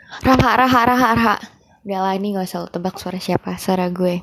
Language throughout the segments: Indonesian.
Raha. Udah lah, ini gak usah lo tebak suara siapa. Suara gue.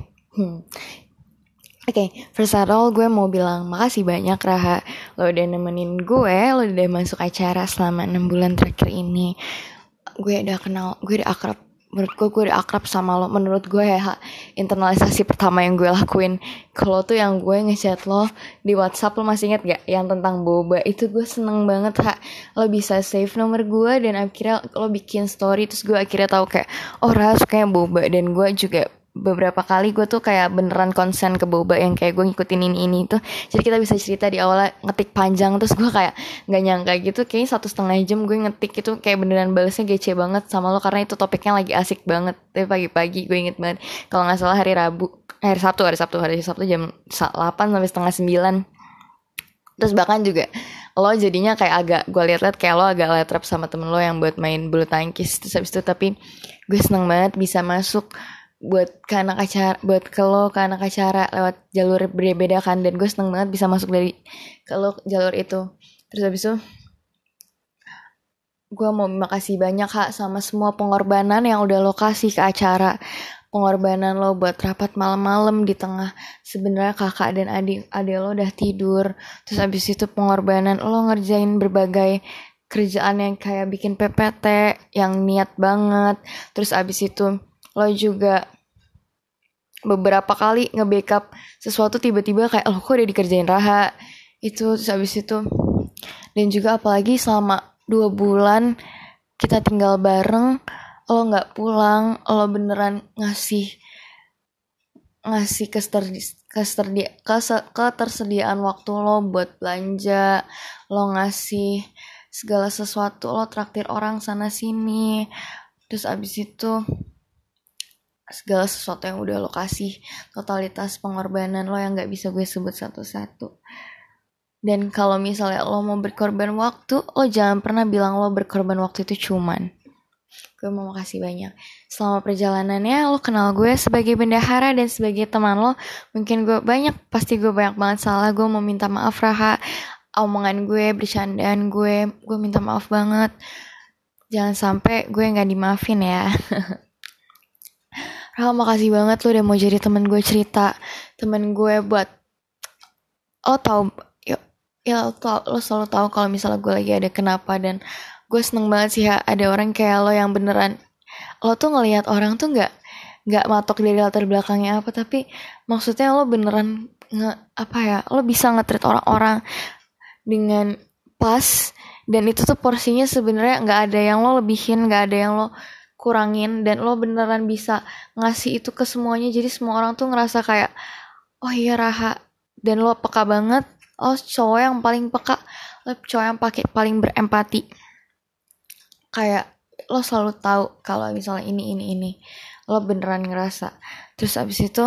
Oke, first of all gue mau bilang makasih banyak Raha. Lo udah nemenin gue, lo udah masuk acara selama 6 bulan terakhir ini. Gue udah akrab. Menurut gue udah akrab sama lo. Menurut gue ya, internalisasi pertama yang gue lakuin kalau tuh yang gue ngechat lo di WhatsApp. Lo masih inget gak yang tentang boba? Itu gue seneng banget, Ha. Lo bisa save nomor gue dan akhirnya lo bikin story. Terus gue akhirnya tahu kayak, oh Ra sukanya boba. Dan gue juga beberapa kali gue tuh kayak beneran konsen ke boba yang kayak gue ngikutin ini tuh. Jadi kita bisa cerita di awalnya ngetik panjang. Terus gue kayak nggak nyangka gitu, kayaknya 1,5 jam gue ngetik itu kayak beneran balesnya gece banget sama lo karena itu topiknya lagi asik banget. Tapi pagi-pagi gue inget banget, kalau nggak salah hari Sabtu jam 8 sampai setengah 9. Terus bahkan juga lo jadinya kayak agak, gue liat-liat kayak lo agak letrap sama temen lo yang buat main bulu tangkis. Terus habis itu tapi gue seneng banget bisa masuk buat ke anak acara, buat ke lo ke anak acara lewat jalur berbeda kan. Dan gue seneng banget bisa masuk dari ke lo jalur itu. Terus habis itu gue mau makasih banyak Kak sama semua pengorbanan yang udah lo kasih ke acara. Pengorbanan lo buat rapat malam-malam di tengah sebenarnya kakak dan adik lo udah tidur. Terus abis itu pengorbanan lo ngerjain berbagai kerjaan yang kayak bikin PPT yang niat banget. Terus abis itu lo juga beberapa kali nge-backup sesuatu tiba-tiba kayak lo kok udah dikerjain Raha itu. Terus abis itu dan juga apalagi selama 2 bulan kita tinggal bareng, lo nggak pulang, lo beneran ngasih ketersediaan waktu lo buat belanja, lo ngasih segala sesuatu, lo traktir orang sana sini. Terus abis itu segala sesuatu yang udah lo kasih, totalitas pengorbanan lo yang nggak bisa gue sebut satu-satu. Dan kalau misalnya lo mau berkorban waktu, lo jangan pernah bilang lo berkorban waktu itu cuman. Gue mau makasih banyak. Selama perjalanannya lo kenal gue sebagai bendahara dan sebagai teman lo. Mungkin pasti gue banyak banget salah. Gue mau minta maaf Raha. Omongan gue, bercandaan gue minta maaf banget. Jangan sampai gue gak dimaafin ya. Raha makasih banget lo udah mau jadi temen gue cerita. Temen gue buat lo tau, lo selalu tahu kalau misalnya gue lagi ada kenapa. Dan gue seneng banget sih ya ada orang kayak lo yang beneran lo tuh ngelihat orang tuh nggak matok dari latar belakangnya apa, tapi maksudnya lo beneran lo bisa nge-treat orang-orang dengan pas. Dan itu tuh porsinya sebenarnya nggak ada yang lo lebihin, nggak ada yang lo kurangin, dan lo beneran bisa ngasih itu ke semuanya. Jadi semua orang tuh ngerasa kayak, oh iya Raha. Dan lo peka banget, lo cowok yang paling peka, lo cowok yang paling berempati. Kayak lo selalu tahu kalau misalnya ini lo beneran ngerasa. Terus abis itu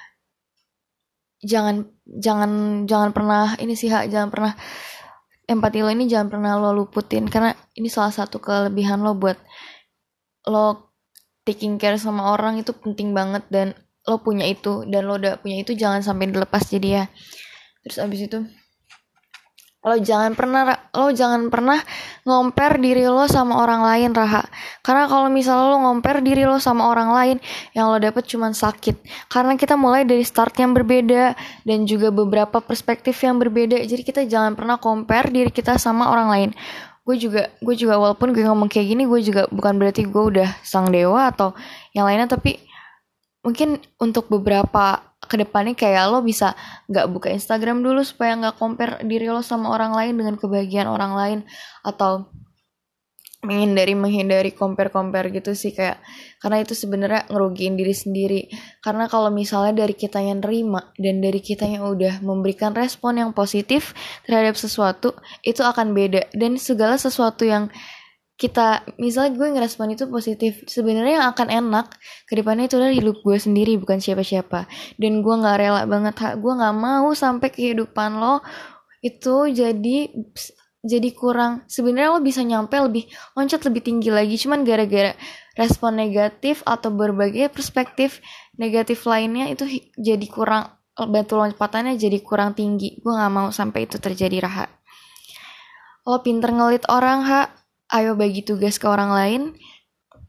jangan pernah ini sih jangan pernah empati lo ini jangan pernah lo luputin, karena ini salah satu kelebihan lo buat lo taking care sama orang itu penting banget. Dan lo punya itu, dan lo udah punya itu jangan sampai dilepas jadi ya. Terus abis itu lo jangan pernah ngomper diri lo sama orang lain Raha. Karena kalau misalnya lo ngomper diri lo sama orang lain, yang lo dapet cuman sakit. Karena kita mulai dari start yang berbeda dan juga beberapa perspektif yang berbeda. Jadi kita jangan pernah compare diri kita sama orang lain. Gue juga walaupun gue ngomong kayak gini, gue juga bukan berarti gue udah sang dewa atau yang lainnya, tapi mungkin untuk beberapa kedepannya kayak lo bisa gak buka Instagram dulu supaya gak compare diri lo sama orang lain dengan kebahagiaan orang lain, atau menghindari compare gitu sih, kayak karena itu sebenarnya ngerugiin diri sendiri. Karena kalau misalnya dari kita yang nerima dan dari kita yang udah memberikan respon yang positif terhadap sesuatu, itu akan beda. Dan segala sesuatu yang kita, misalnya gue ngerespon itu positif, sebenarnya yang akan enak ke depannya itu adalah hidup gue sendiri, bukan siapa-siapa. Dan gue nggak rela banget, gue nggak mau sampai kehidupan lo itu jadi kurang. Sebenarnya lo bisa nyampe loncat lebih tinggi lagi, cuman gara-gara respon negatif atau berbagai perspektif negatif lainnya itu jadi kurang, batu lompatannya jadi kurang tinggi. Gue nggak mau sampai itu terjadi Raha. Lo pinter ngelit orang Ayo bagi tugas ke orang lain.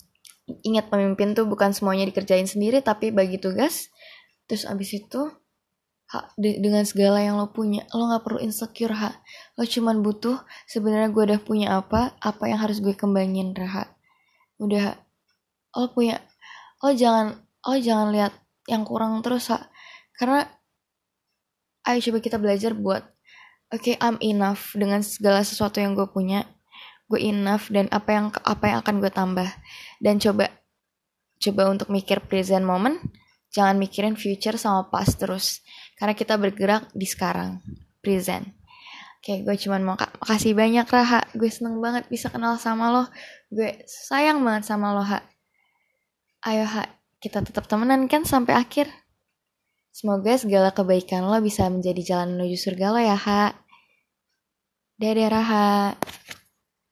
Ingat, pemimpin tuh bukan semuanya dikerjain sendiri, tapi bagi tugas. Terus abis itu, dengan segala yang lo punya, lo nggak perlu insecure, lo cuman butuh, sebenarnya gue udah punya apa yang harus gue kembangin, udah. Lo punya, lo jangan lihat yang kurang terus, karena ayo coba kita belajar buat oke, I'm enough dengan segala sesuatu yang gue punya. Gue enough, dan apa yang akan gue tambah. Dan coba untuk mikir present moment, jangan mikirin future sama past terus, karena kita bergerak di sekarang, present. Oke, gue cuman mau makasih banyak, gue seneng banget bisa kenal sama lo, gue sayang banget sama lo, ayo, kita tetap temenan kan sampai akhir. Semoga segala kebaikan lo bisa menjadi jalan menuju surga lo ya, Dadah, Raha.